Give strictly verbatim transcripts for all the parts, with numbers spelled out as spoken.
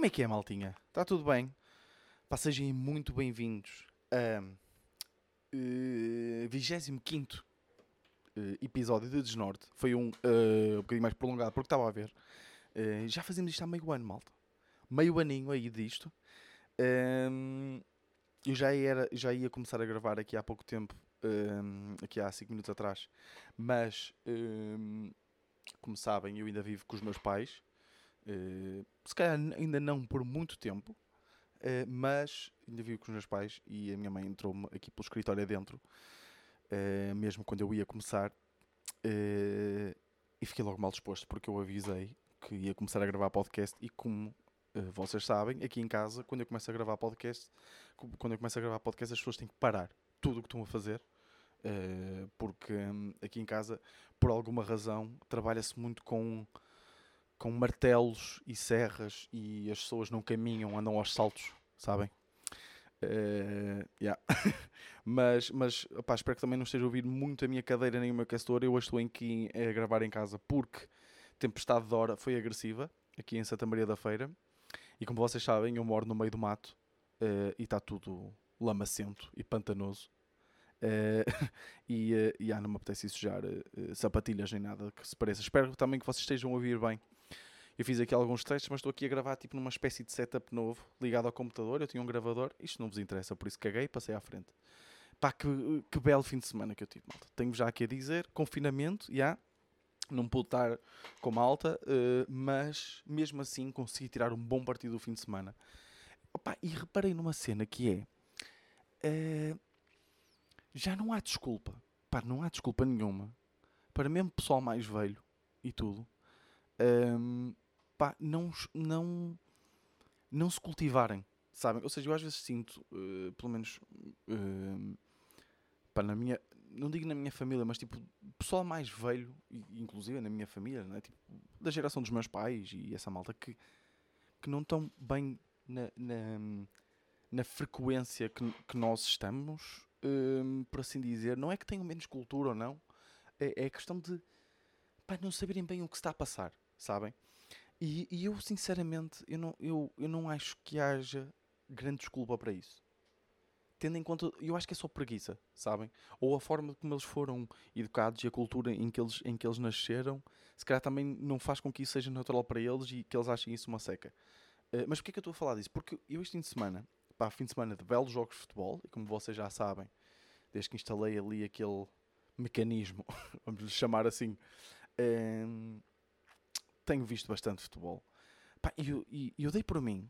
Como é que é, maltinha? Está tudo bem? Pá, sejam muito bem-vindos a uh, vigésimo quinto uh, episódio de Desnorte. Foi um, uh, um bocadinho mais prolongado porque estava a ver. Uh, já fazemos isto há meio ano, malta. Meio aninho aí disto. Um, eu já, era, já ia começar a gravar aqui há pouco tempo, um, aqui há cinco minutos atrás. Mas, um, como sabem, eu ainda vivo com os meus pais. Uh, se calhar ainda não por muito tempo, uh, mas ainda vivo com os meus pais e a minha mãe entrou-me aqui pelo escritório adentro, uh, mesmo quando eu ia começar, uh, e fiquei logo mal disposto porque eu avisei que ia começar a gravar podcast e como uh, vocês sabem, aqui em casa, quando eu começo a gravar podcast, quando eu começo a gravar podcast as pessoas têm que parar tudo o que estão a fazer. Uh, porque um, aqui em casa, por alguma razão, trabalha-se muito com com martelos e serras e as pessoas não caminham, andam aos saltos, sabem? Uh, yeah. mas, mas opá, espero que também não esteja a ouvir muito a minha cadeira nem o meu castor. Eu hoje estou aqui a gravar em casa porque a tempestade de hora foi agressiva aqui em Santa Maria da Feira e como vocês sabem eu moro no meio do mato uh, e está tudo lamacento e pantanoso. Uh, e, uh, e ah, não me apetece sujar uh, sapatilhas nem nada que se pareça. Espero também que vocês estejam a ouvir bem. Eu fiz aqui alguns testes, mas estou aqui a gravar tipo numa espécie de setup novo, ligado ao computador. Eu tinha um gravador, isto não vos interessa, por isso caguei e passei à frente. Pá, que, que belo fim de semana que eu tive, malta. Tenho já aqui a dizer, confinamento, já, yeah, não pude estar com malta, uh, mas mesmo assim consegui tirar um bom partido do fim de semana. Opa, e reparei numa cena que é, uh, já não há desculpa, pá, não há desculpa nenhuma, para mesmo pessoal mais velho e tudo, um, pá, não, não, não se cultivarem, sabem? Ou seja, eu às vezes sinto, uh, pelo menos, uh, pá, na minha, não digo na minha família, mas tipo, pessoal mais velho, inclusive na minha família, né? Tipo, da geração dos meus pais e essa malta, que, que não estão bem na, na, na frequência que, que nós estamos, uh, por assim dizer. Não é que tenham menos cultura ou não, é, é questão de, pá, não saberem bem o que se está a passar, sabem? E, e eu, sinceramente, eu não, eu, eu não acho que haja grande desculpa para isso. Tendo em conta, eu acho que é só preguiça, sabem? Ou a forma como eles foram educados e a cultura em que eles, em que eles nasceram, se calhar também não faz com que isso seja natural para eles e que eles achem isso uma seca. Uh, mas porquê que eu estou a falar disso? Porque eu este fim de semana, pá, fim de semana de belos jogos de futebol, e como vocês já sabem, desde que instalei ali aquele mecanismo, vamos lhe chamar assim, um, tenho visto bastante futebol. Pá, e eu, eu, eu dei por mim,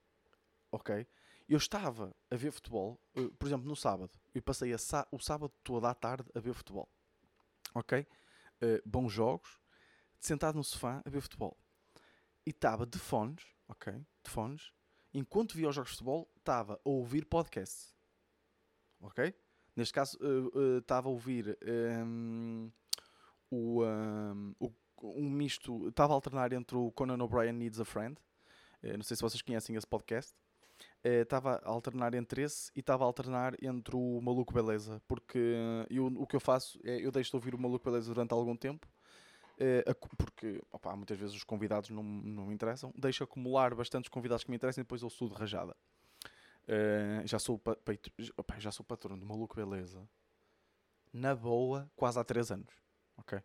ok? Eu estava a ver futebol, uh, por exemplo, no sábado. Eu passei a o sábado todo à tarde a ver futebol, ok? Uh, bons jogos, sentado no sofá a ver futebol. E estava de fones, ok? De fones. Enquanto via os jogos de futebol, estava a ouvir podcasts, ok? Neste caso, estava uh, uh, a ouvir um, o, um, o um misto, estava a alternar entre o Conan O'Brien Needs a Friend, uh, não sei se vocês conhecem esse podcast, estava uh, a alternar entre esse e estava a alternar entre o Maluco Beleza, porque uh, eu, o que eu faço é, eu deixo de ouvir o Maluco Beleza durante algum tempo, uh, porque opa, muitas vezes os convidados não, não me interessam, deixo acumular bastantes convidados que me interessam e depois eu sou de rajada. Uh, já, sou pa, peito, opa, já sou patrão do Maluco Beleza, na boa, quase há três anos, ok?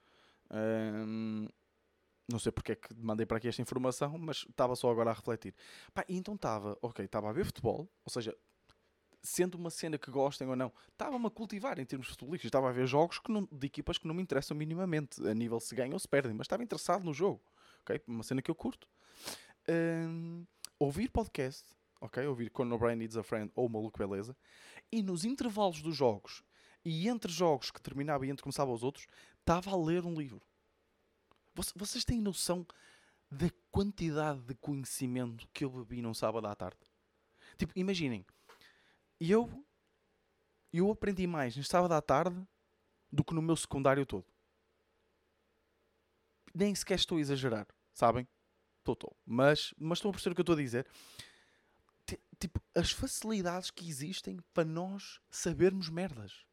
Um, não sei porque é que mandei para aqui esta informação, mas estava só agora a refletir. Pá, e então estava, ok, estava a ver futebol, ou seja, sendo uma cena que gostem ou não, estava-me a cultivar em termos futebolísticos, estava a ver jogos que não, de equipas que não me interessam minimamente, a nível se ganham ou se perdem, mas estava interessado no jogo, ok? Uma cena que eu curto. Um, ouvir podcast, ok? Ouvir Conan O'Brien Needs a Friend ou Maluco Beleza, e nos intervalos dos jogos e entre jogos que terminava e entre começava os outros, estava a ler um livro. Vocês têm noção da quantidade de conhecimento que eu bebi num sábado à tarde? Tipo, imaginem, eu, eu aprendi mais no sábado à tarde do que no meu secundário todo. Nem sequer estou a exagerar, sabem? Estou, estou. Mas, mas estão a perceber o que eu estou a dizer? Tipo, as facilidades que existem para nós sabermos merdas.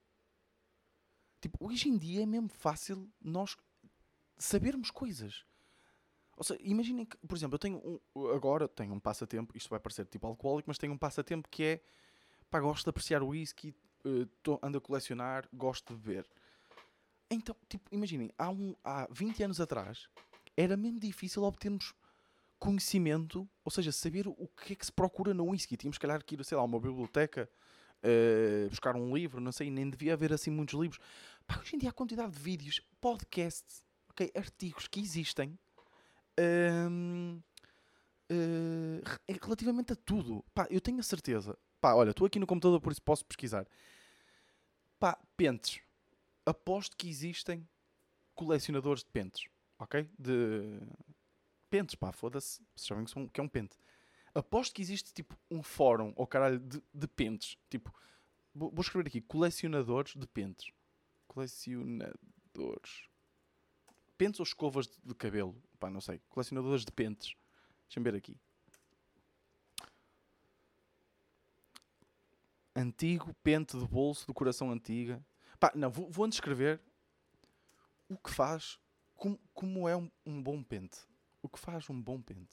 Tipo, hoje em dia é mesmo fácil nós sabermos coisas. Ou seja, imaginem que, por exemplo, eu tenho um, agora tenho um passatempo, isto vai parecer tipo alcoólico, mas tenho um passatempo que é, pá, gosto de apreciar o whisky, uh, tô, ando a colecionar, gosto de beber. Então, tipo, imaginem, há, um, há vinte anos atrás, era mesmo difícil obtermos conhecimento, ou seja, saber o que é que se procura no whisky. Tínhamos, se calhar, que ir, sei lá, a uma biblioteca, uh, buscar um livro, não sei, nem devia haver assim muitos livros. Pá, hoje em dia a quantidade de vídeos, podcasts, okay, artigos que existem, um, uh, relativamente a tudo. Pá, eu tenho a certeza. Pá, olha, estou aqui no computador, por isso posso pesquisar. Pá, pentes. Aposto que existem colecionadores de pentes, ok? De pentes, pá, foda-se. Vocês sabem que, são, que é um pente. Aposto que existe, tipo, um fórum, ou caralho, de, de pentes. Tipo, vou, vou escrever aqui, colecionadores de pentes. Colecionadores. Pentes ou escovas de, de cabelo? Pá, não sei. Colecionadores de pentes. Deixa-me ver aqui. Antigo, pente de bolso, decoração antiga. Pá, não, vou, vou antes escrever o que faz, como, como é um, um bom pente. O que faz um bom pente.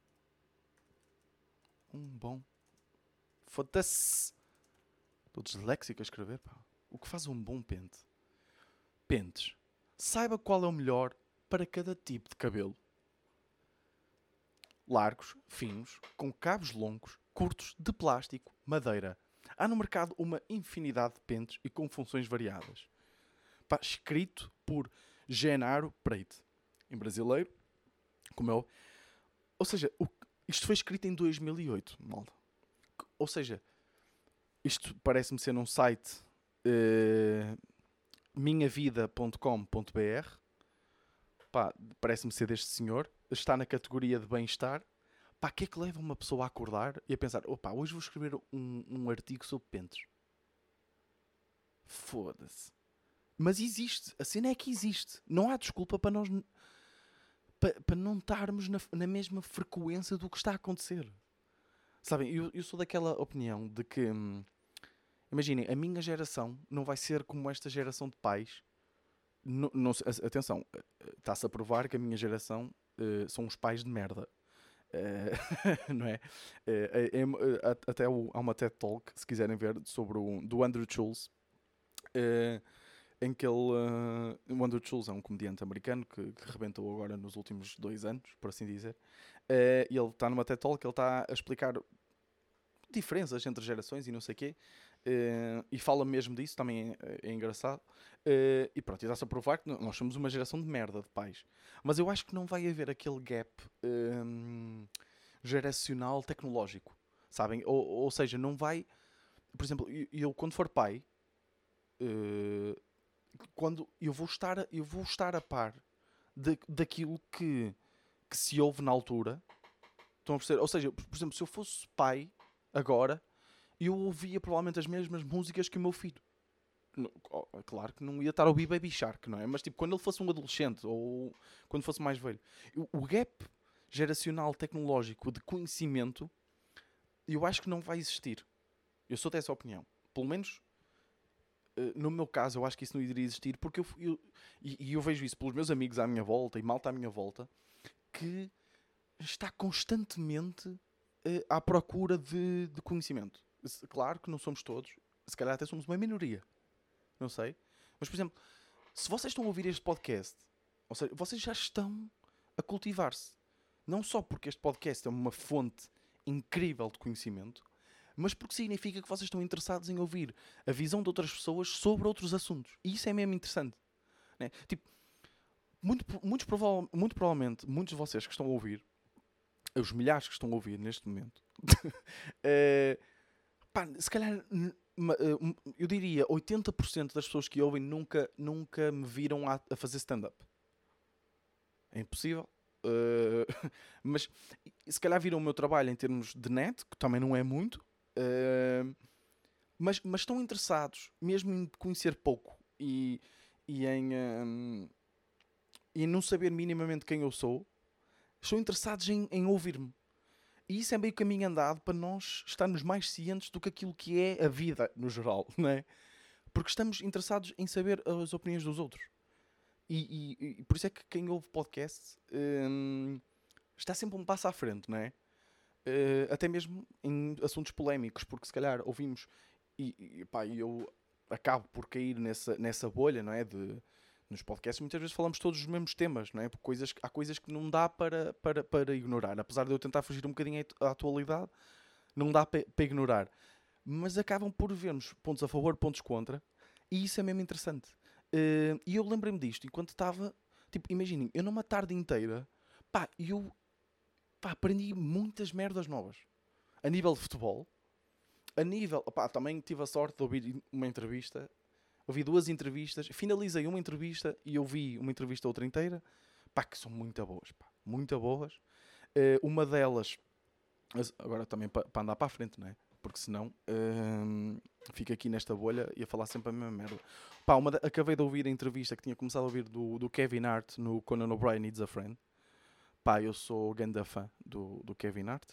Um bom... Foda-se. Estou disléxico a escrever, pá. O que faz um bom pente. Pentes. Saiba qual é o melhor para cada tipo de cabelo. Largos, finos, com cabos longos, curtos, de plástico, madeira. Há no mercado uma infinidade de pentes e com funções variadas. Pá, escrito por Genaro Preite. Em brasileiro, como é o... Ou seja, o... isto foi escrito em dois mil e oito, malta. Ou seja, isto parece-me ser num site uh, minha vida ponto com ponto b r. Pá, parece-me ser deste senhor. Está na categoria de bem-estar. Pá, o que é que leva uma pessoa a acordar e a pensar, opá, hoje vou escrever um, um artigo sobre pentes? Foda-se. Mas existe. A cena é que existe. Não há desculpa para nós... Para, para não estarmos na, na mesma frequência do que está a acontecer. Sabem, eu, eu sou daquela opinião de que... Hum, imaginem, a minha geração não vai ser como esta geração de pais. Não, não, atenção, está-se a provar que a minha geração uh, são os pais de merda. Uh, não é? Uh, é, é até o, há uma TED Talk, se quiserem ver, sobre o, do Andrew Schulz, uh, em que ele... Uh, o Andrew Schulz é um comediante americano que, que rebentou agora nos últimos dois anos, por assim dizer. Uh, e ele está numa TED Talk, ele está a explicar diferenças entre gerações e não sei o quê. Uh, e fala mesmo disso, também é, é engraçado. Uh, e pronto, e dá-se a provar que nós somos uma geração de merda de pais. Mas eu acho que não vai haver aquele gap um, geracional tecnológico, sabem? Ou, ou seja, não vai... Por exemplo, eu, eu quando for pai, uh, quando eu vou estar a, eu vou estar a par de, daquilo que, que se ouve na altura. Estão a perceber? Ou seja, por exemplo, se eu fosse pai agora, eu ouvia provavelmente as mesmas músicas que o meu filho. Claro que não ia estar a ouvir Baby Shark, não é? Mas tipo, quando ele fosse um adolescente ou quando fosse mais velho, o gap geracional tecnológico de conhecimento, eu acho que não vai existir. Eu sou dessa opinião. Pelo menos no meu caso, eu acho que isso não iria existir, porque eu, eu e, e eu vejo isso pelos meus amigos à minha volta e malta à minha volta, que está constantemente uh, à procura de, de conhecimento. Claro que não somos todos, se calhar até somos uma minoria, não sei. Mas, por exemplo, se vocês estão a ouvir este podcast, ou seja, vocês já estão a cultivar-se. Não só porque este podcast é uma fonte incrível de conhecimento, mas porque significa que vocês estão interessados em ouvir a visão de outras pessoas sobre outros assuntos. E isso é mesmo interessante. Né? Tipo, muito, muito, provável, muito provavelmente, muitos de vocês que estão a ouvir, os milhares que estão a ouvir neste momento, é, pá, se calhar, eu diria, oitenta por cento das pessoas que ouvem nunca, nunca me viram a, a fazer stand-up. É impossível. Uh, mas se calhar viram o meu trabalho em termos de net, que também não é muito, uh, mas, mas estão interessados mesmo em conhecer pouco e, e em, um, em não saber minimamente quem eu sou. Estão interessados em, em ouvir-me. E isso é meio caminho andado para nós estarmos mais cientes do que aquilo que é a vida no geral, não é? Porque estamos interessados em saber as opiniões dos outros. E, e, e por isso é que quem ouve podcast hum, está sempre um passo à frente, não é? Uh, até mesmo em assuntos polémicos, porque se calhar ouvimos, e, e pá, eu acabo por cair nessa, nessa bolha, não é? De, nos podcasts muitas vezes falamos todos os mesmos temas, não é? Porque coisas, há coisas que não dá para, para, para ignorar. Apesar de eu tentar fugir um bocadinho à atualidade, não dá para, para ignorar. Mas acabam por vermos pontos a favor, pontos contra, e isso é mesmo interessante. Uh, e eu lembrei-me disto enquanto estava, tipo, imaginem, eu numa tarde inteira, pá, eu pá, aprendi muitas merdas novas. A nível de futebol, a nível, pá, também tive a sorte de ouvir uma entrevista, ouvi duas entrevistas, finalizei uma entrevista e ouvi uma entrevista outra inteira, pá, que são muito boas, pá, muito boas. Uh, uma delas, agora também para pa andar para a frente, não é? Porque senão hum, fico aqui nesta bolha e a falar sempre a mesma merda. Pá, uma de, acabei de ouvir a entrevista que tinha começado a ouvir do, do Kevin Hart no Conan O'Brien Needs a Friend. Pá, eu sou grande fã do, do Kevin Hart.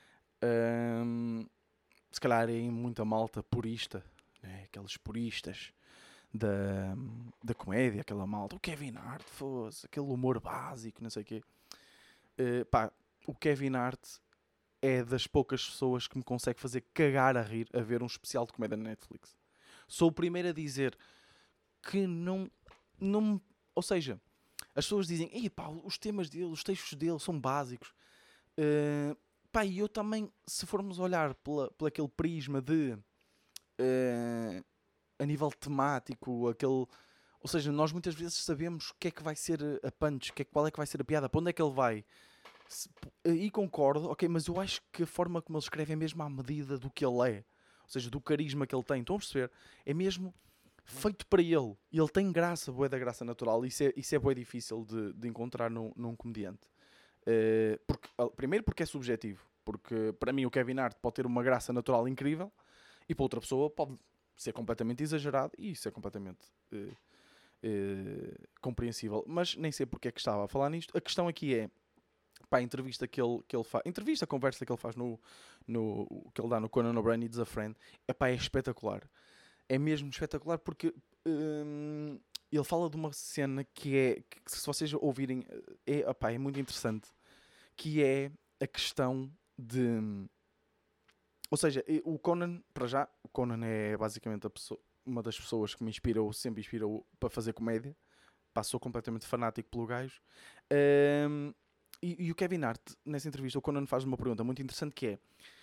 Hum, se calhar é muita malta purista, né? Aqueles puristas da, da comédia, aquela malta. O Kevin Hart, fosse aquele humor básico, não sei o quê. Uh, pá, o Kevin Hart é das poucas pessoas que me consegue fazer cagar a rir a ver um especial de comédia na Netflix. Sou o primeiro a dizer que não... não ou seja, as pessoas dizem, ei pá, os temas dele, os textos dele são básicos. Uh, pá, e eu também, se formos olhar pela, pela aquele prisma de... Uh, a nível temático, aquele... Ou seja, nós muitas vezes sabemos o que é que vai ser a punch, que é, qual é que vai ser a piada, para onde é que ele vai... E concordo, ok, mas eu acho que a forma como ele escreve é mesmo à medida do que ele é, ou seja, do carisma que ele tem. Estão a perceber? É mesmo feito para ele. E ele tem graça, bué da graça natural. Isso é, isso é bué difícil de, de encontrar num, num comediante. Uh, porque, primeiro porque é subjetivo. Porque para mim o Kevin Hart pode ter uma graça natural incrível e para outra pessoa pode ser completamente exagerado e isso é completamente uh, uh, compreensível. Mas nem sei porque é que estava a falar nisto. A questão aqui é, pá, a entrevista que ele, que ele faz, entrevista, a conversa que ele faz no, no que ele dá no Conan O'Brien Needs a Friend, epá, é espetacular. É mesmo espetacular porque hum, ele fala de uma cena que é, que se vocês ouvirem, é, epá, é muito interessante, que é a questão de... Ou seja, o Conan, para já, o Conan é basicamente a pessoa, uma das pessoas que me inspirou, sempre inspirou para fazer comédia. Passou completamente fanático pelo gajo. Um, E, e o Kevin Hart, nessa entrevista, o Conan faz uma pergunta muito interessante que é: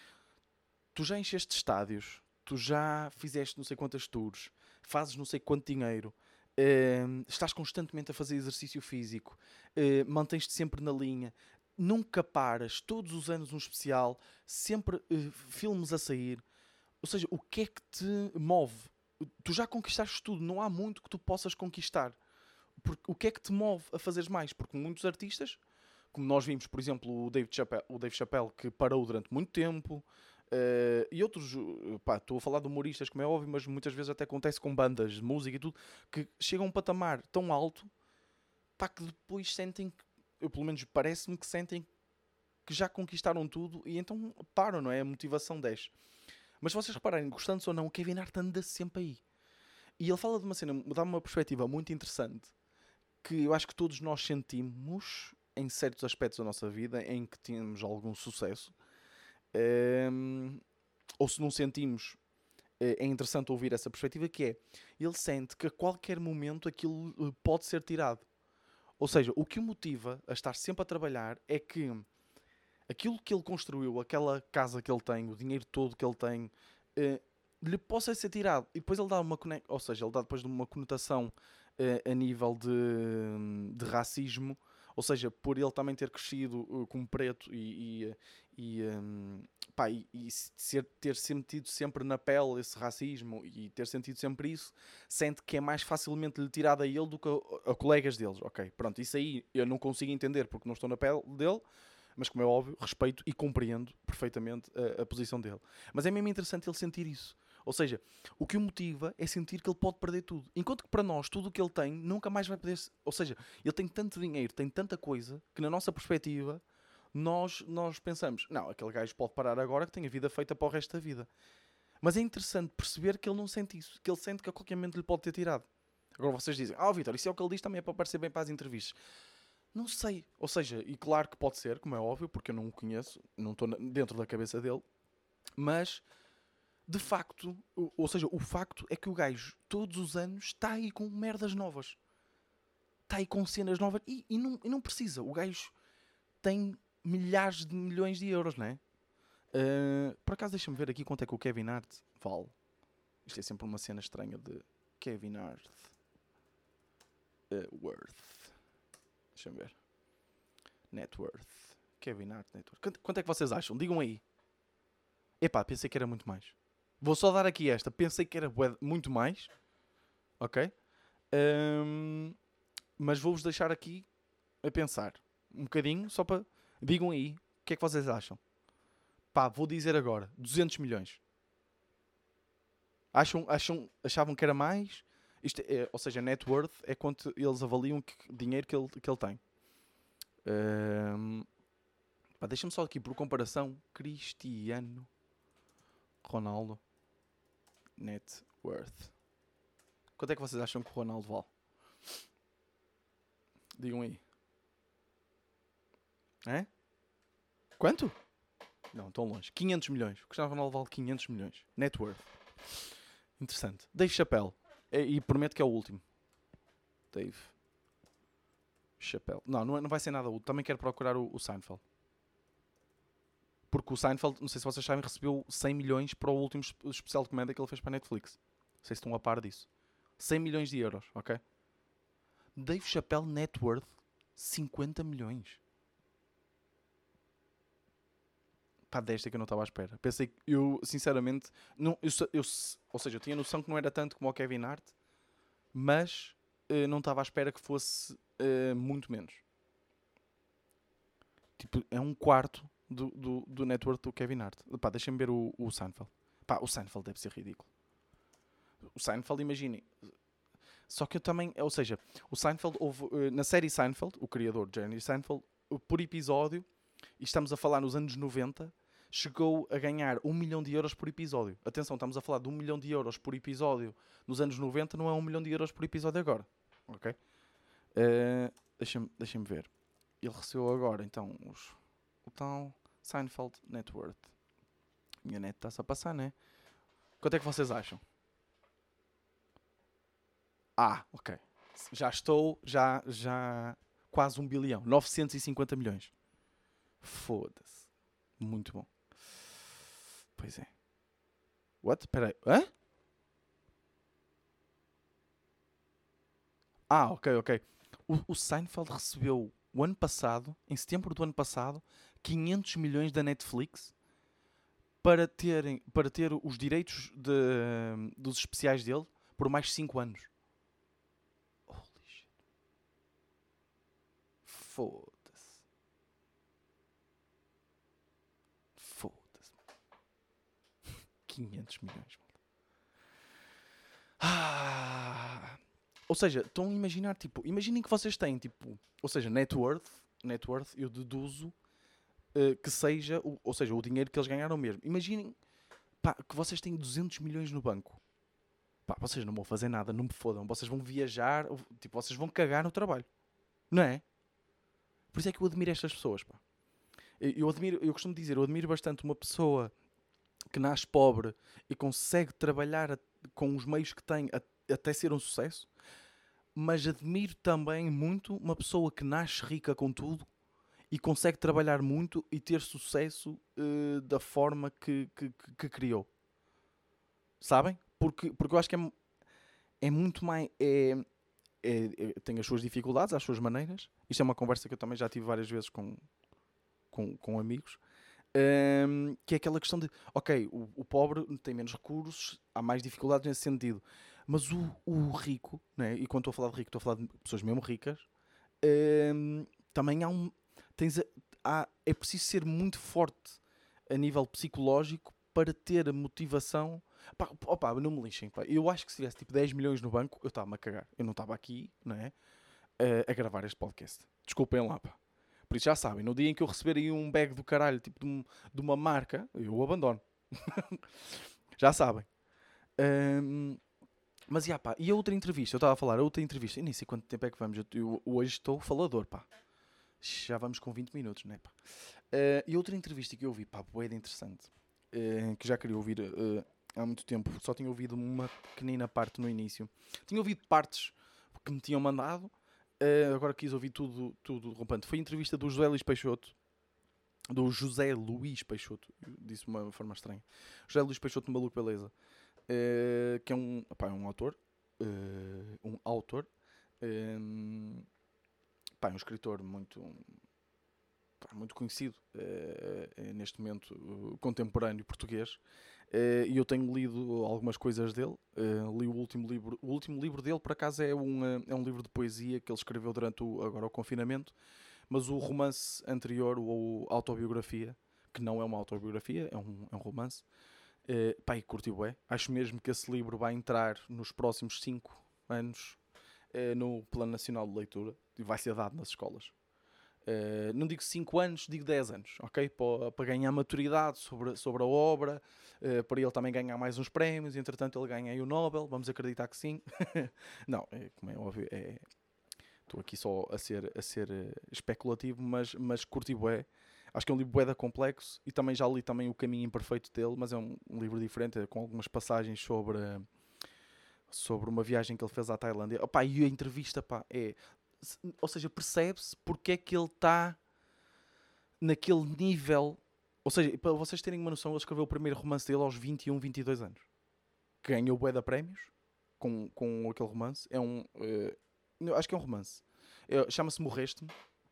tu já encheste estádios, tu já fizeste não sei quantas tours, fazes não sei quanto dinheiro, uh, estás constantemente a fazer exercício físico, uh, mantens-te sempre na linha, nunca paras, todos os anos um especial, sempre uh, filmes a sair. Ou seja, o que é que te move? Tu já conquistaste tudo, não há muito que tu possas conquistar. Porque, o que é que te move a fazeres mais? Porque muitos artistas, como nós vimos, por exemplo, o Dave Chappelle, o Dave Chappelle que parou durante muito tempo, uh, e outros, pá, estou a falar de humoristas, como é óbvio, mas muitas vezes até acontece com bandas de música e tudo, que chegam a um patamar tão alto, pá, que depois sentem, eu pelo menos parece-me que sentem que já conquistaram tudo e então param, não é? A motivação desce. Mas se vocês repararem, gostando ou não, o Kevin Hart anda sempre aí. E ele fala de uma cena, dá-me uma perspectiva muito interessante, que eu acho que todos nós sentimos em certos aspectos da nossa vida em que temos algum sucesso, um, ou se não sentimos, é interessante ouvir essa perspectiva, que é, ele sente que a qualquer momento aquilo pode ser tirado. Ou seja, o que o motiva a estar sempre a trabalhar é que aquilo que ele construiu, aquela casa que ele tem, o dinheiro todo que ele tem, uh, lhe possa ser tirado. E depois ele dá uma conex... ou seja, ele dá depois uma conotação uh, a nível de, de racismo. Ou seja, por ele também ter crescido uh, como preto e, e, e, um, pá, e, e ser, ter sentido sempre na pele esse racismo e ter sentido sempre isso, sente que é mais facilmente lhe tirado a ele do que a, a colegas deles. Ok, pronto, isso aí eu não consigo entender porque não estou na pele dele, mas como é óbvio, respeito e compreendo perfeitamente a, a posição dele. Mas é mesmo interessante ele sentir isso. Ou seja, o que o motiva é sentir que ele pode perder tudo. Enquanto que para nós, tudo o que ele tem, nunca mais vai poder... Ou seja, ele tem tanto dinheiro, tem tanta coisa, que na nossa perspectiva, nós, nós pensamos, não, aquele gajo pode parar agora que tem a vida feita para o resto da vida. Mas é interessante perceber que ele não sente isso. Que ele sente que a qualquer momento lhe pode ter tirado. Agora vocês dizem, ah, oh, Vitor, isso é o que ele diz, também é para parecer bem para as entrevistas. Não sei. Ou seja, e claro que pode ser, como é óbvio, porque eu não o conheço, não estou dentro da cabeça dele, mas de facto, ou, ou seja, o facto é que o gajo todos os anos está aí com merdas novas. Está aí com cenas novas e, e, não, e não precisa. O gajo tem milhares de milhões de euros, não é? Uh, por acaso deixa-me ver aqui quanto é que o Kevin Hart vale. Isto é sempre uma cena estranha de Kevin Hart uh, Worth. Deixa-me ver. Net worth. Kevin Hart Net worth. Quanto, quanto é que vocês acham? Digam aí. Epá, pensei que era muito mais. Vou só dar aqui esta. Pensei que era bué- muito mais. Ok? Um, mas vou-vos deixar aqui a pensar. Um bocadinho, só para... Digam aí. O que é que vocês acham? Pá, vou dizer agora. duzentos milhões. Acham, acham, achavam que era mais? Isto é, ou seja, net worth é quanto eles avaliam que dinheiro que ele, que ele tem. Um, pá, deixa-me só aqui por comparação. Cristiano Ronaldo net worth. Quanto é que vocês acham que o Ronaldo vale? Digam aí. É? Quanto? Não, tão longe. quinhentos milhões. O Cristiano Ronaldo vale quinhentos milhões. Net worth. Interessante. Dave Chappelle. E, e prometo que é o último. Dave Chappelle. Não, não, é- não vai ser nada útil. Também quero procurar o, o Seinfeld. Porque o Seinfeld, não sei se vocês sabem, recebeu cem milhões para o último espe- especial de comédia que ele fez para a Netflix. Não sei se estão a par disso. cem milhões de euros, ok? Dave Chappelle net worth cinquenta milhões. Pá, desta que eu não estava à espera. Pensei que eu, sinceramente, não, eu, sa- eu s- ou seja, eu tinha noção que não era tanto como o Kevin Hart, mas eh, não estava à espera que fosse eh, muito menos. Tipo, é um quarto do, do, do net worth do Kevin Hart. Pá, deixem-me ver o, o Seinfeld. Pá, o Seinfeld deve ser ridículo. O Seinfeld, imaginem. Só que eu também, ou seja, o Seinfeld, houve, eh, na série Seinfeld, o criador Jerry Seinfeld, eh, por episódio, e estamos a falar nos anos noventa, chegou a ganhar um milhão de euros por episódio. Atenção, estamos a falar de um milhão de euros por episódio nos anos noventa, não é um milhão de euros por episódio agora. Ok? Uh, deixa-me, deixa-me ver. Ele recebeu agora, então, os, o tal Seinfeld Net Worth. Minha net está-se a passar, né? Quanto é que vocês acham? Ah, ok. Já estou, já, já quase um bilhão. novecentos e cinquenta milhões. Foda-se. Muito bom. Pois é. What? Espera aí. Hã? Ah, ok, ok. O, o Seinfeld recebeu o ano passado, em setembro do ano passado, quinhentos milhões da Netflix para, terem, para ter os direitos de, dos especiais dele por mais cinco anos. Holy shit. Foda-se. Foda-se. quinhentos milhões. Ah. Ou seja, estão a imaginar, tipo, imaginem que vocês têm, tipo, ou seja, net worth, net worth, eu deduzo uh, que seja, o, ou seja, o dinheiro que eles ganharam mesmo. Imaginem, pá, que vocês têm duzentos milhões no banco. Pá, vocês não vão fazer nada, não me fodam. Vocês vão viajar, ou, tipo, vocês vão cagar no trabalho. Não é? Por isso é que eu admiro estas pessoas, pá. Eu, eu admiro, eu costumo dizer, eu admiro bastante uma pessoa que nasce pobre e consegue trabalhar a, com os meios que tem a, até ser um sucesso. Mas admiro também muito uma pessoa que nasce rica com tudo e consegue trabalhar muito e ter sucesso uh, da forma que, que, que, que criou. Sabem? Porque, porque eu acho que é, é muito mais... É, é, é, tem as suas dificuldades, as suas maneiras. Isto é uma conversa que eu também já tive várias vezes com, com, com amigos. Um, que é aquela questão de... Ok, o, o pobre tem menos recursos, há mais dificuldades nesse sentido. Mas o, o rico, né? E quando estou a falar de rico, estou a falar de pessoas mesmo ricas, hum, também há um. Tens a, há, é preciso ser muito forte a nível psicológico para ter a motivação. Pá, opa, não me lixem. Pá. Eu acho que se tivesse tipo dez milhões no banco, eu estava-me a cagar. Eu não estava aqui, não é? A, a gravar este podcast. Desculpem lá, pá. Por isso já sabem, no dia em que eu receber aí um bag do caralho, tipo de, um, de uma marca, eu o abandono. Já sabem. Hum, Mas, já, pá, e a outra entrevista? Eu estava a falar, a outra entrevista, eu nem sei quanto tempo é que vamos, eu, eu hoje estou falador, pá. Já vamos com vinte minutos, não é, pá? Uh, e outra entrevista que eu ouvi, pá, bué de interessante, uh, que já queria ouvir uh, há muito tempo, só tinha ouvido uma pequenina parte no início. Tinha ouvido partes que me tinham mandado, uh, agora quis ouvir tudo, tudo rompante. Foi a entrevista do José Luís Peixoto, do José Luís Peixoto, disse de uma forma estranha. José Luís Peixoto, Maluco Beleza, uh, que é um, opá, é um autor, uh, um autor, um, pá, é um escritor muito, pá, muito conhecido uh, neste momento uh, contemporâneo português, uh, e eu tenho lido algumas coisas dele. Uh, li o último livro, o último livro dele, por acaso, é um, uh, é um livro de poesia que ele escreveu durante o, agora o confinamento. Mas o romance anterior, ou autobiografia, que não é uma autobiografia, é um, é um romance, uh, pá, e curti bué. Acho mesmo que esse livro vai entrar nos próximos cinco anos uh, no Plano Nacional de Leitura e vai ser dado nas escolas. Uh, não digo cinco anos, digo dez anos, ok? Para, para ganhar maturidade sobre, sobre a obra, uh, para ele também ganhar mais uns prémios, entretanto ele ganha aí o Nobel, vamos acreditar que sim. Não, é, como é óbvio, é... Estou aqui só a ser, a ser uh, especulativo, mas, mas curti bué. Acho que é um livro bué da complexo e também já li também O Caminho Imperfeito dele, mas é um, um livro diferente, é, com algumas passagens sobre, uh, sobre uma viagem que ele fez à Tailândia. Opa, e a entrevista, pá, é... Ou seja, percebe-se porque é que ele está naquele nível... Ou seja, para vocês terem uma noção, ele escreveu o primeiro romance dele aos vinte e um, vinte e dois anos. Ganhou bué da prémios com, com aquele romance. É um... Uh, acho que é um romance. É, chama-se Morreste-me.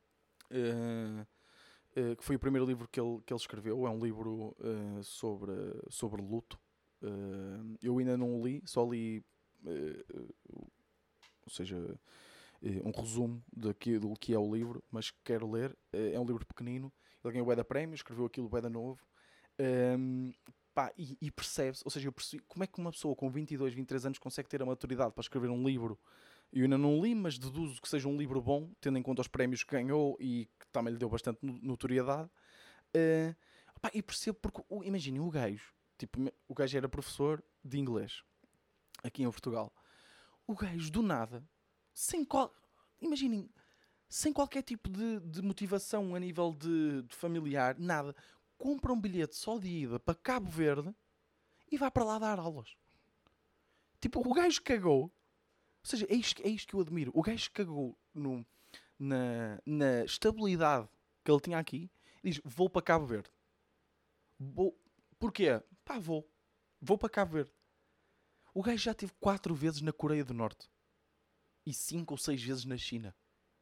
Uh, uh, que foi o primeiro livro que ele, que ele escreveu. É um livro uh, sobre, sobre luto. Uh, eu ainda não o li, só li... Uh, uh, ou seja, uh, um resumo daquilo que é o livro, mas quero ler. Uh, é um livro pequenino. Ele ganhou bué da prémio, escreveu aquilo bué da novo. Um, pá, e, e percebe-se, ou seja, eu percebi como é que uma pessoa com vinte e dois, vinte e três anos consegue ter a maturidade para escrever um livro. Eu ainda não li, mas deduzo que seja um livro bom, tendo em conta os prémios que ganhou e que também lhe deu bastante notoriedade. Uh, pá, e percebo porque, imaginem, o gajo, tipo, o gajo era professor de inglês aqui em Portugal. O gajo, do nada, sem qual, imaginem, sem qualquer tipo de, de motivação a nível de, de familiar, nada, compra um bilhete só de ida para Cabo Verde e vai para lá dar aulas. Tipo, o gajo cagou. Ou seja, é isto, é isto que eu admiro. O gajo cagou no, na, na estabilidade que ele tinha aqui e diz, vou para Cabo Verde. Vou. Porquê? Pá, vou. Vou para Cabo Verde. O gajo já esteve quatro vezes na Coreia do Norte. E cinco ou seis vezes na China.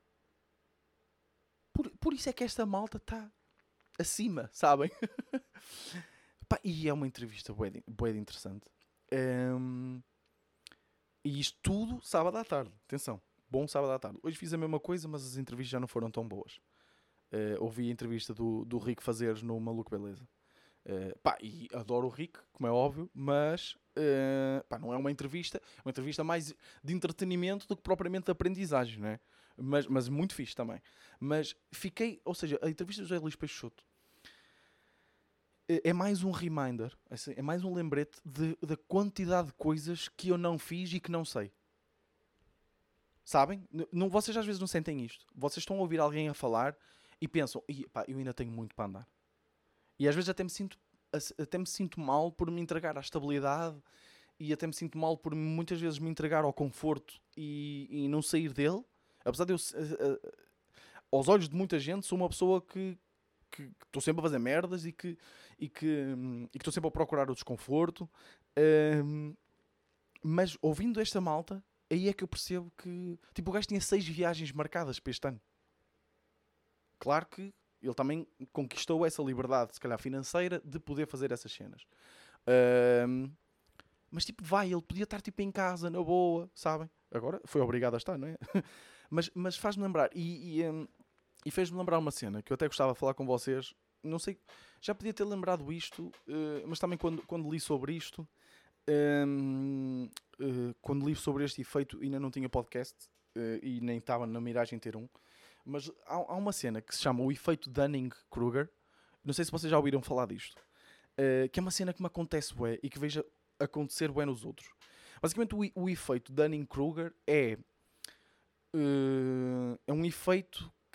Por, por isso é que esta malta está acima, sabem? Pá, e é uma entrevista bué de, bué de interessante. Um, e isto tudo sábado à tarde. Atenção, bom sábado à tarde. Hoje fiz a mesma coisa, mas as entrevistas já não foram tão boas. Uh, ouvi a entrevista do, do Rick Fazeres no Maluco Beleza. Uh, pá, e adoro o Rick, como é óbvio, mas uh, pá, não é uma entrevista, é uma entrevista mais de entretenimento do que propriamente de aprendizagem, não é? Mas, mas muito fixe também. Mas fiquei, ou seja, a entrevista do José Luís Peixoto é mais um reminder, é mais um lembrete da quantidade de coisas que eu não fiz e que não sei. Sabem? Não, vocês às vezes não sentem isto. Vocês estão a ouvir alguém a falar e pensam, pá, eu ainda tenho muito para andar. E às vezes até me sinto, até me sinto mal por me entregar à estabilidade e até me sinto mal por muitas vezes me entregar ao conforto e, e não sair dele. Apesar de eu, aos olhos de muita gente, sou uma pessoa que que estou sempre a fazer merdas e que e que estou sempre a procurar o desconforto. Um, mas ouvindo esta malta, aí é que eu percebo que tipo, o gajo tinha seis viagens marcadas para este ano. Claro que ele também conquistou essa liberdade, se calhar financeira, de poder fazer essas cenas. Um, mas tipo, vai, ele podia estar tipo em casa, na boa, sabem? Agora foi obrigado a estar, não é? mas, mas faz-me lembrar, e, e, um, e fez-me lembrar uma cena que eu até gostava de falar com vocês. Não sei, já podia ter lembrado isto, uh, mas também quando, quando li sobre isto, um, uh, quando li sobre este efeito, ainda não tinha podcast uh, e nem estava na miragem ter um. Mas há, há uma cena que se chama o efeito Dunning-Kruger. Não sei se vocês já ouviram falar disto. Uh, que é uma cena que me acontece bué e que vejo acontecer bué nos outros. Basicamente o, o efeito Dunning-Kruger é, uh, é um efeito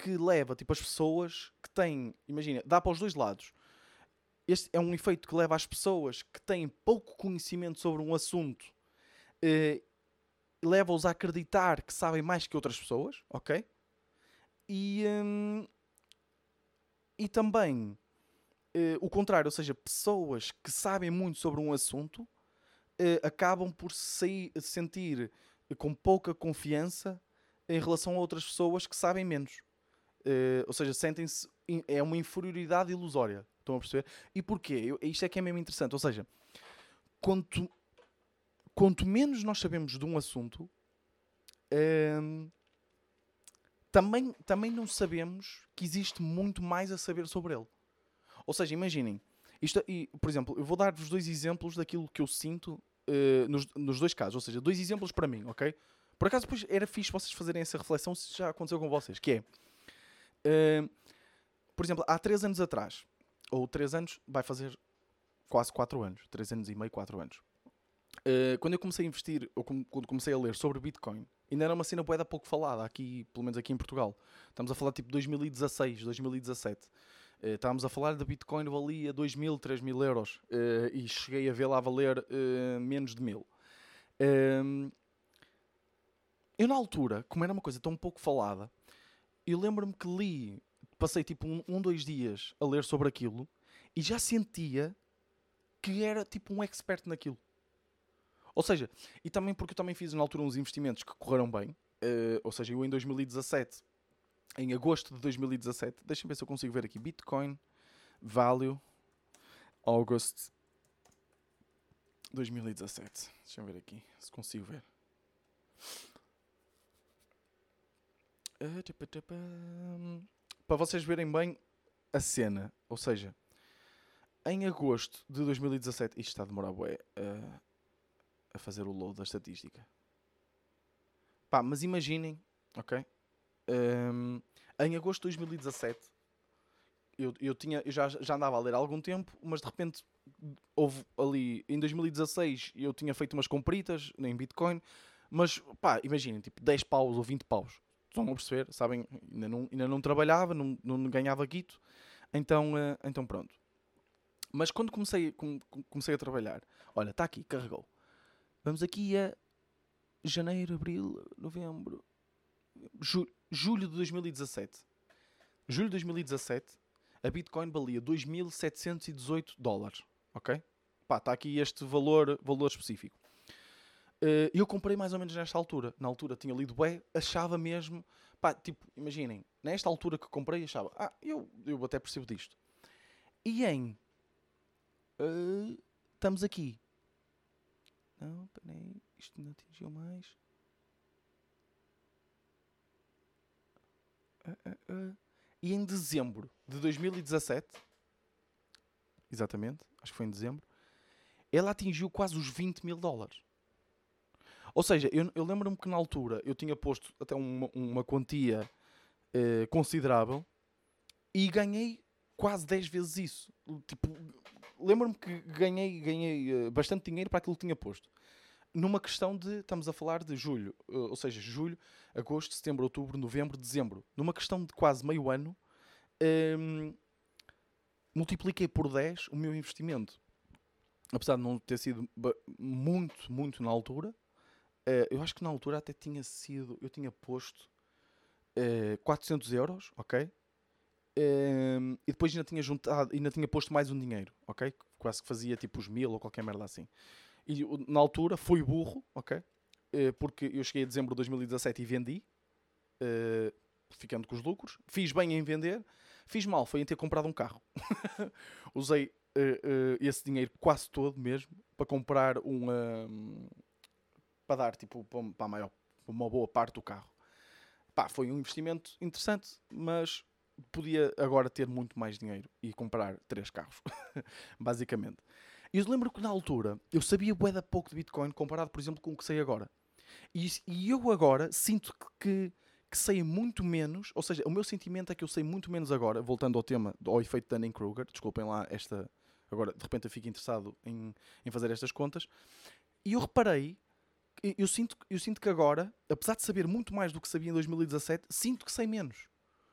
que leva tipo, as pessoas que têm, imagina, dá para os dois lados. Este é um efeito que leva as pessoas que têm pouco conhecimento sobre um assunto, eh, leva-os a acreditar que sabem mais que outras pessoas, ok? E, hum, e também eh, o contrário, ou seja, pessoas que sabem muito sobre um assunto eh, acabam por se sentir com pouca confiança em relação a outras pessoas que sabem menos. Eh, ou seja, sentem-se. É uma inferioridade ilusória. Estão a perceber? E porquê? Eu, isto é que é mesmo interessante. Ou seja, quanto, quanto menos nós sabemos de um assunto, ehm, também, também não sabemos que existe muito mais a saber sobre ele. Ou seja, imaginem. Isto, e, por exemplo, eu vou dar-vos dois exemplos daquilo que eu sinto eh, nos, nos dois casos. Ou seja, dois exemplos para mim, ok? Por acaso, depois era fixe vocês fazerem essa reflexão se já aconteceu com vocês. Que é, eh, por exemplo, há três anos atrás, ou três anos, vai fazer quase quatro anos. Três anos e meio, quatro anos. Uh, quando eu comecei a investir, ou com, quando comecei a ler sobre Bitcoin, ainda era uma cena bué da pouco falada, aqui, pelo menos aqui em Portugal. Estamos a falar tipo dois mil e dezasseis, dois mil e dezassete. Uh, estávamos a falar de Bitcoin valia dois mil, três mil euros. Uh, e cheguei a vê-la a valer uh, menos de mil. Uh, eu na altura, como era uma coisa tão pouco falada, eu lembro-me que li, passei tipo um, um, dois dias a ler sobre aquilo e já sentia que era tipo um expert naquilo. Ou seja, e também porque eu também fiz na altura uns investimentos que correram bem. Uh, ou seja, eu em dois mil e dezassete, em agosto de dois mil e dezassete, deixem-me ver se eu consigo ver aqui, Bitcoin Value August dois mil e dezassete. Deixem-me ver aqui se consigo ver. Uh, para vocês verem bem a cena. Ou seja, em agosto de dois mil e dezassete, isto está a demorar bué, uh, a fazer o load da estatística. Pá, mas imaginem, ok? Um, em agosto de dois mil e dezassete, eu, eu, tinha, eu já, já andava a ler há algum tempo, mas de repente houve ali, em dois mil e dezasseis, eu tinha feito umas compritas em Bitcoin, mas pá, imaginem, tipo dez paus ou vinte paus. Estão a perceber? Sabem? Ainda não, ainda não trabalhava, não, não ganhava guito, então, uh, então pronto. Mas quando comecei, com, comecei a trabalhar, olha, está aqui, carregou. Vamos aqui a janeiro, abril, novembro, ju, julho de dois mil e dezassete. Julho de dois mil e dezassete, a Bitcoin valia dois mil setecentos e dezoito dólares. Ok? Pá, está aqui este valor, valor específico. Uh, eu comprei mais ou menos nesta altura. Na altura tinha lido bem, achava mesmo... Pá, tipo, imaginem, nesta altura que comprei, achava... Ah, eu, eu até percebo disto. E em... Uh, estamos aqui. Não, peraí. Isto não atingiu mais. Uh, uh, uh. E em dezembro de dois mil e dezassete, exatamente, acho que foi em dezembro, ela atingiu quase os vinte mil dólares. Ou seja, eu, eu lembro-me que na altura eu tinha posto até uma, uma quantia uh, considerável e ganhei quase dez vezes isso. Tipo, lembro-me que ganhei, ganhei uh, bastante dinheiro para aquilo que tinha posto. Numa questão de, estamos a falar de julho, uh, ou seja, julho, agosto, setembro, outubro, novembro, dezembro. Numa questão de quase meio ano, um, multipliquei por dez o meu investimento. Apesar de não ter sido muito, muito na altura, uh, eu acho que na altura até tinha sido, eu tinha posto uh, quatrocentos euros, ok? Um, e depois ainda tinha juntado, ainda tinha posto mais um dinheiro, ok? Quase que fazia tipo os mil ou qualquer merda assim. E na altura fui burro, ok? Uh, porque eu cheguei a dezembro de dois mil e dezassete e vendi, uh, ficando com os lucros. Fiz bem em vender, fiz mal, foi em ter comprado um carro. Usei uh, uh, esse dinheiro quase todo mesmo para comprar um. Um para dar tipo para, a maior, para uma boa parte do carro. Pá, foi um investimento interessante, mas podia agora ter muito mais dinheiro e comprar três carros, basicamente. E eu lembro que na altura eu sabia bué da pouco de Bitcoin comparado, por exemplo, com o que sei agora. E, e eu agora sinto que, que sei muito menos, ou seja, o meu sentimento é que eu sei muito menos agora, voltando ao tema, ao efeito de Dunning-Kruger, desculpem lá esta... Agora, de repente eu fico interessado em, em fazer estas contas. E eu reparei, eu sinto, eu sinto que agora, apesar de saber muito mais do que sabia em dois mil e dezassete, sinto que sei menos.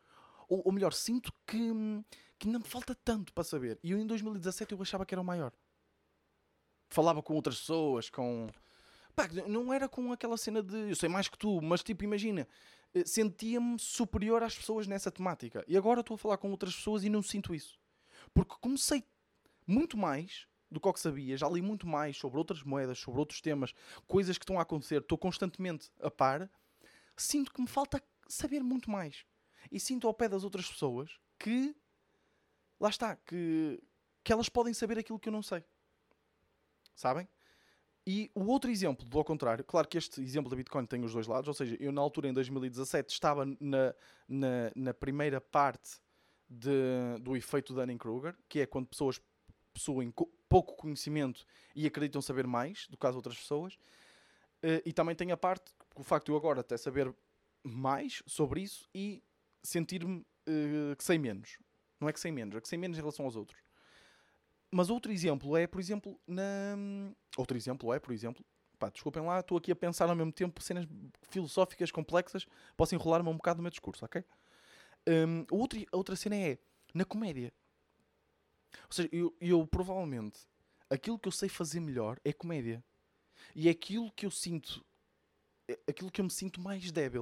Ou, ou melhor, sinto que, que ainda me falta tanto para saber. E eu em dois mil e dezassete eu achava que era o maior. Falava com outras pessoas, com... Pá, não era com aquela cena de eu sei mais que tu, mas tipo, imagina, sentia-me superior às pessoas nessa temática. E agora estou a falar com outras pessoas e não sinto isso. Porque comecei muito mais do que o que sabia, já li muito mais sobre outras moedas, sobre outros temas, coisas que estão a acontecer, estou constantemente a par, sinto que me falta saber muito mais. E sinto ao pé das outras pessoas que, lá está, que, que elas podem saber aquilo que eu não sei. Sabem? E o outro exemplo, do ao contrário, claro que este exemplo da Bitcoin tem os dois lados, ou seja, eu na altura, em dois mil e dezassete, estava na, na, na primeira parte de, do efeito Dunning-Kruger, que é quando pessoas possuem co- pouco conhecimento e acreditam saber mais do que as outras pessoas. Uh, e também tem a parte, o facto de eu agora até saber mais sobre isso e sentir-me uh, que sei menos. Não é que sei menos, é que sei menos em relação aos outros. Mas outro exemplo é, por exemplo, na... Outro exemplo é, por exemplo... Pá, desculpem lá, estou aqui a pensar ao mesmo tempo cenas filosóficas complexas. Posso enrolar-me um bocado no meu discurso, ok? Um, outra, outra cena é na comédia. Ou seja, eu, eu provavelmente... Aquilo que eu sei fazer melhor é comédia. E é aquilo que eu sinto... É aquilo que eu me sinto mais débil.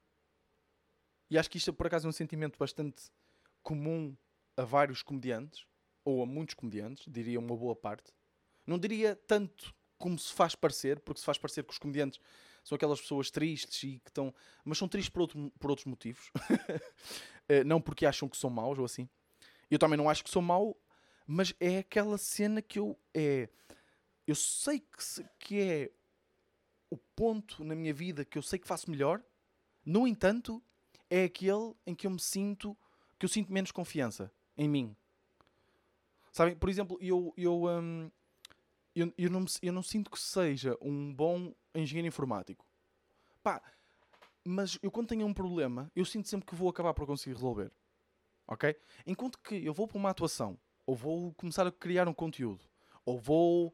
E acho que isto, por acaso, é um sentimento bastante comum a vários comediantes. Ou a muitos comediantes, diria uma boa parte. Não diria tanto como se faz parecer, porque se faz parecer que os comediantes são aquelas pessoas tristes e que estão... Mas são tristes por, outro, por outros motivos. Não porque acham que são maus ou assim. Eu também não acho que sou mau, mas é aquela cena que eu... É, eu sei que, se, que é o ponto na minha vida que eu sei que faço melhor. No entanto, é aquele em que eu me sinto... Que eu sinto menos confiança em mim. Sabem, por exemplo, eu, eu, um, eu, eu, não me, eu não sinto que seja um bom engenheiro informático. Pá, mas eu quando tenho um problema, eu sinto sempre que vou acabar por conseguir resolver. Ok? Enquanto que eu vou para uma atuação, ou vou começar a criar um conteúdo, ou vou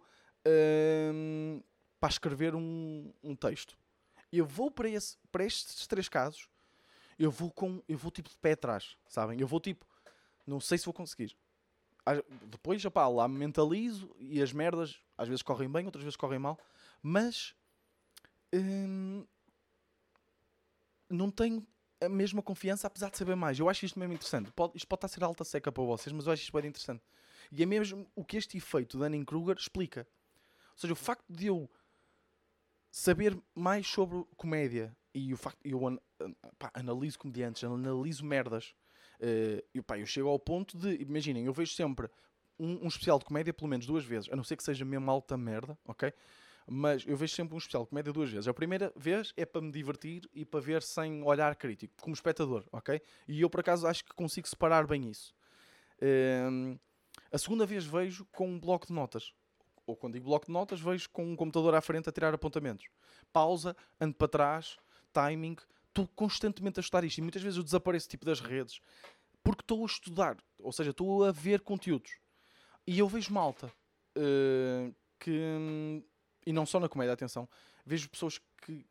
um, para escrever um, um texto. Eu vou para, esse, para estes três casos, eu vou com, eu vou tipo de pé atrás, sabem? Eu vou tipo, não sei se vou conseguir. Depois, opá, lá me mentalizo e as merdas às vezes correm bem, outras vezes correm mal, mas hum, não tenho a mesma confiança apesar de saber mais. Eu acho isto mesmo interessante. Pode, isto pode estar a ser alta seca para vocês, mas eu acho isto bem interessante. E é mesmo o que este efeito de Dunning-Kruger explica. Ou seja, o facto de eu saber mais sobre comédia e o facto de eu an- pá, analiso comediantes, analiso merdas. Uh, e, pá, eu chego ao ponto de, imaginem, eu vejo sempre um, um especial de comédia pelo menos duas vezes, a não ser que seja mesmo alta merda, ok? Mas eu vejo sempre um especial de comédia duas vezes. A primeira vez é para me divertir e para ver sem olhar crítico, como espectador, ok? E eu por acaso acho que consigo separar bem isso. Uh, a segunda vez vejo com um bloco de notas. Ou quando digo bloco de notas, vejo com um computador à frente a tirar apontamentos. Pausa, ando para trás, timing... Estou constantemente a estudar isto e muitas vezes eu desapareço tipo das redes porque estou a estudar, ou seja, estou a ver conteúdos e eu vejo malta uh, que, e não só na comédia, atenção, vejo pessoas que,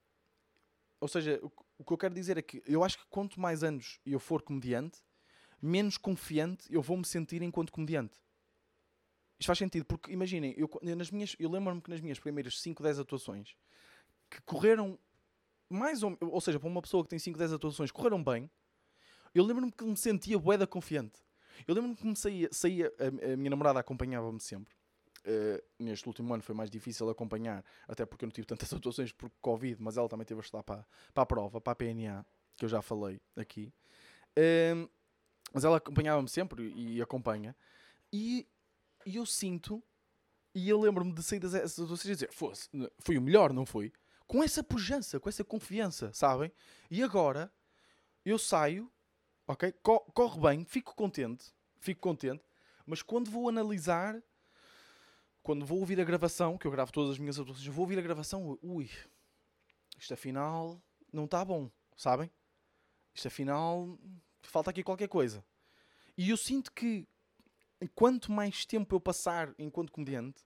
ou seja, o, o que eu quero dizer é que eu acho que quanto mais anos eu for comediante, menos confiante eu vou me sentir enquanto comediante. Isto faz sentido, porque imaginem, eu, nas minhas, eu lembro-me que nas minhas primeiras cinco, dez atuações que correram mais ou, ou seja, para uma pessoa que tem cinco, dez atuações, correram bem. Eu lembro-me que me sentia bué da confiante. Eu lembro-me que me saía, saía a, a minha namorada acompanhava-me sempre. Uh, neste último ano foi mais difícil acompanhar, até porque eu não tive tantas atuações por Covid, mas ela também teve a estudar para, para a prova, para a P N A, que eu já falei aqui. Uh, mas ela acompanhava-me sempre e acompanha. E, e eu sinto, e eu lembro-me de sair dessas atuações e dizer, fosse, foi o melhor, não foi? Com essa pujança, com essa confiança, sabem? E agora, eu saio, ok? Corre bem, fico contente, fico contente, mas quando vou analisar, quando vou ouvir a gravação, que eu gravo todas as minhas atuações, vou ouvir a gravação, ui, isto afinal não está bom, sabem? Isto afinal, falta aqui qualquer coisa. E eu sinto que, quanto mais tempo eu passar enquanto comediante,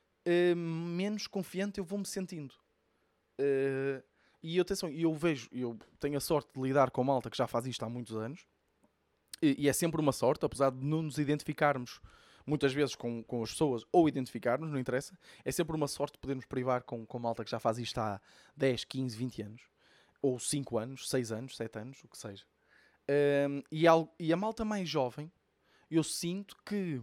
menos confiante eu vou me sentindo. Uh, e atenção, eu vejo, eu tenho a sorte de lidar com malta que já faz isto há muitos anos, E, e é sempre uma sorte, apesar de não nos identificarmos muitas vezes com, com as pessoas, ou identificarmos, não interessa, é sempre uma sorte podermos privar com, com malta que já faz isto há dez, quinze, vinte anos, ou cinco anos, seis anos, sete anos, o que seja. Um, e, al- e a malta mais jovem, eu sinto que...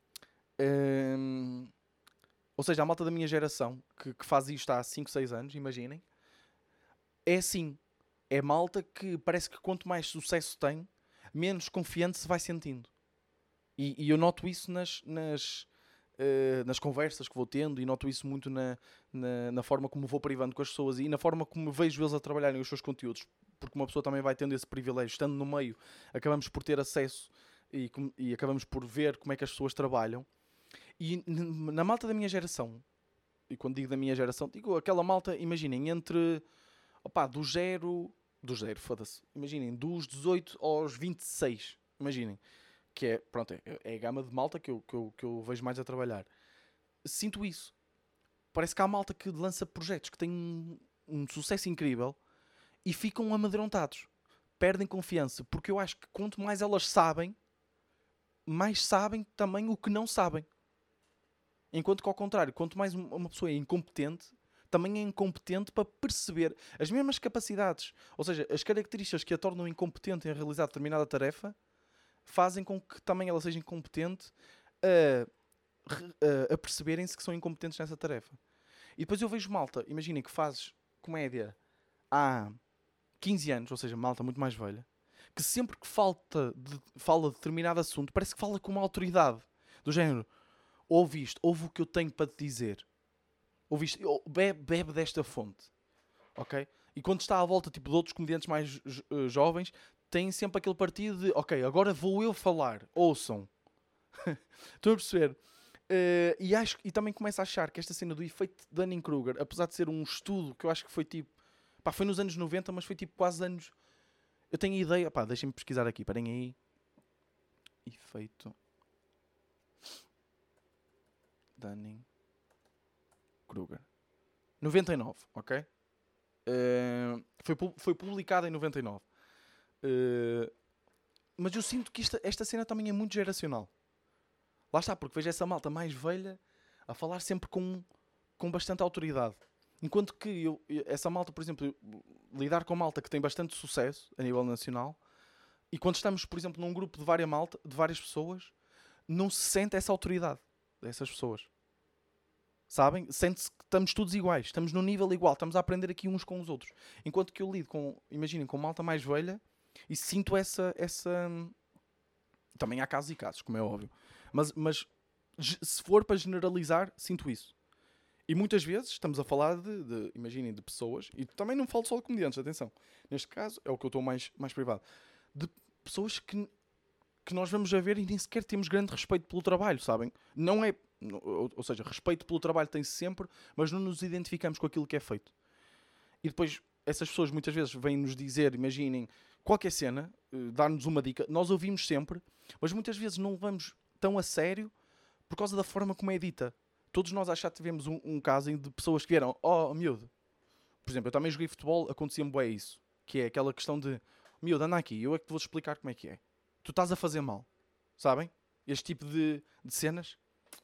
um, ou seja, a malta da minha geração, que, que faz isto há cinco, seis anos, imaginem, é assim. É malta que parece que quanto mais sucesso tem, menos confiante se vai sentindo. E, e eu noto isso nas, nas, uh, nas conversas que vou tendo, e noto isso muito na, na, na forma como vou privando com as pessoas e na forma como vejo eles a trabalharem os seus conteúdos. Porque uma pessoa também vai tendo esse privilégio, estando no meio, acabamos por ter acesso e, e acabamos por ver como é que as pessoas trabalham. E na malta da minha geração, e quando digo da minha geração, digo aquela malta, imaginem, entre, opá, do zero, do zero, foda-se, imaginem, dos dezoito aos vinte e seis, imaginem, que é, pronto, é, é a gama de malta que eu, que, eu, que eu vejo mais a trabalhar. Sinto isso. Parece que há malta que lança projetos que têm um, um sucesso incrível e ficam amedrontados. Perdem confiança, porque eu acho que quanto mais elas sabem, mais sabem também o que não sabem. Enquanto que ao contrário, quanto mais uma pessoa é incompetente, também é incompetente para perceber as mesmas capacidades. Ou seja, as características que a tornam incompetente em realizar determinada tarefa fazem com que também ela seja incompetente a, a, a perceberem-se que são incompetentes nessa tarefa. E depois eu vejo malta, imaginem que fazes comédia há quinze anos, ou seja, malta muito mais velha, que sempre que falta de, fala de determinado assunto, parece que fala com uma autoridade. Do género, ouve isto, ouve o que eu tenho para te dizer. Ouve isto, bebe, bebe desta fonte. Ok? E quando está à volta tipo, de outros comediantes mais uh, jovens, tem sempre aquele partido de ok, agora vou eu falar, ouçam. Estão a perceber? Uh, e, acho, e também começo a achar que esta cena do efeito de Dunning-Kruger, apesar de ser um estudo que eu acho que foi tipo... Pá, foi nos anos noventa, mas foi tipo quase anos... Eu tenho a ideia... Pá, deixem-me pesquisar aqui, parem aí. Efeito... Dunning-Kruger. noventa e nove, ok? Uh, foi, foi publicado em noventa e nove. Uh, mas eu sinto que esta, esta cena também é muito geracional. Lá está, porque vejo essa malta mais velha a falar sempre com, com bastante autoridade. Enquanto que eu, essa malta, por exemplo, lidar com malta que tem bastante sucesso a nível nacional, e quando estamos, por exemplo, num grupo de várias, malta, de várias pessoas, não se sente essa autoridade dessas pessoas. Sabem? Sente-se que estamos todos iguais, estamos num nível igual, estamos a aprender aqui uns com os outros. Enquanto que eu lido com, imaginem, com malta mais velha e sinto essa... essa... Também há casos e casos, como é óbvio. Mas, mas se for para generalizar, sinto isso. E muitas vezes estamos a falar de, de imaginem, de pessoas, e também não falo só de comediantes, atenção. Neste caso, é o que eu estou mais, mais privado. De pessoas que, que nós vamos a ver e nem sequer temos grande respeito pelo trabalho, sabem? Não é... Ou, ou seja, respeito pelo trabalho tem-se sempre, mas não nos identificamos com aquilo que é feito. E depois, essas pessoas muitas vezes vêm-nos dizer, imaginem, qualquer cena, dar-nos uma dica, nós ouvimos sempre, mas muitas vezes não levamos tão a sério por causa da forma como é dita. Todos nós acho que tivemos um, um caso de pessoas que vieram, oh, miúdo, por exemplo, eu também joguei futebol, acontecia-me bem isso, que é aquela questão de, miúdo, anda aqui, eu é que te vou explicar como é que é. Tu estás a fazer mal, sabem? Este tipo de, de cenas.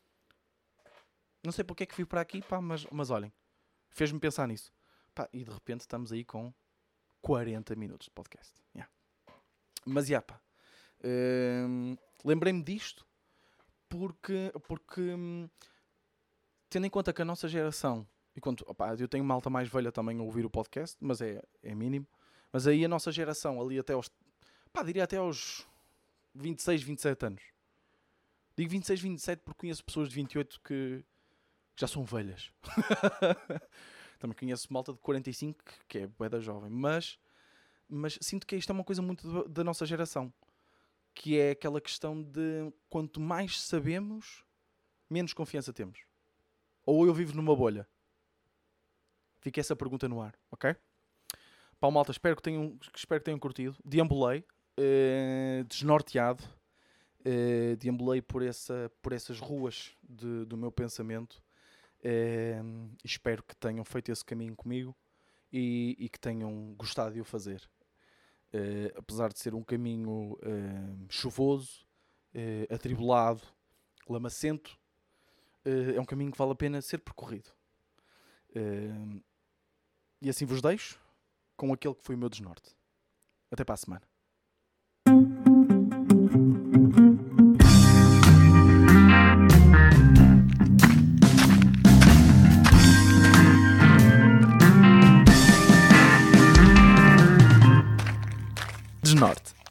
Não sei porque é que fui para aqui, pá, mas, mas olhem, fez-me pensar nisso. Pá, e de repente estamos aí com quarenta minutos de podcast. Yeah. Mas, já, pá, hum, lembrei-me disto porque, porque hum, tendo em conta que a nossa geração, e quando, opá, eu tenho malta mais velha também a ouvir o podcast, mas é, é mínimo, mas aí a nossa geração, ali até aos, pá, diria até aos vinte e seis, vinte e sete anos. Digo vinte e seis, vinte e sete porque conheço pessoas de vinte e oito que já são velhas. Também conheço malta de quarenta e cinco que é bué da jovem. Mas, mas sinto que isto é uma coisa muito da nossa geração. Que é aquela questão de quanto mais sabemos, menos confiança temos. Ou eu vivo numa bolha? Fica essa pergunta no ar, ok? Pá, malta, espero que tenham, espero que tenham curtido. Deambulei, uh, desnorteado. Uh, deambulei por, essa, por essas ruas de, do meu pensamento. Uh, espero que tenham feito esse caminho comigo e, e que tenham gostado de o fazer. Uh, apesar de ser um caminho uh, chuvoso, uh, atribulado, lamacento, uh, é um caminho que vale a pena ser percorrido. Uh, e assim vos deixo com aquele que foi o meu desnorte. Até para a semana. Desnorte.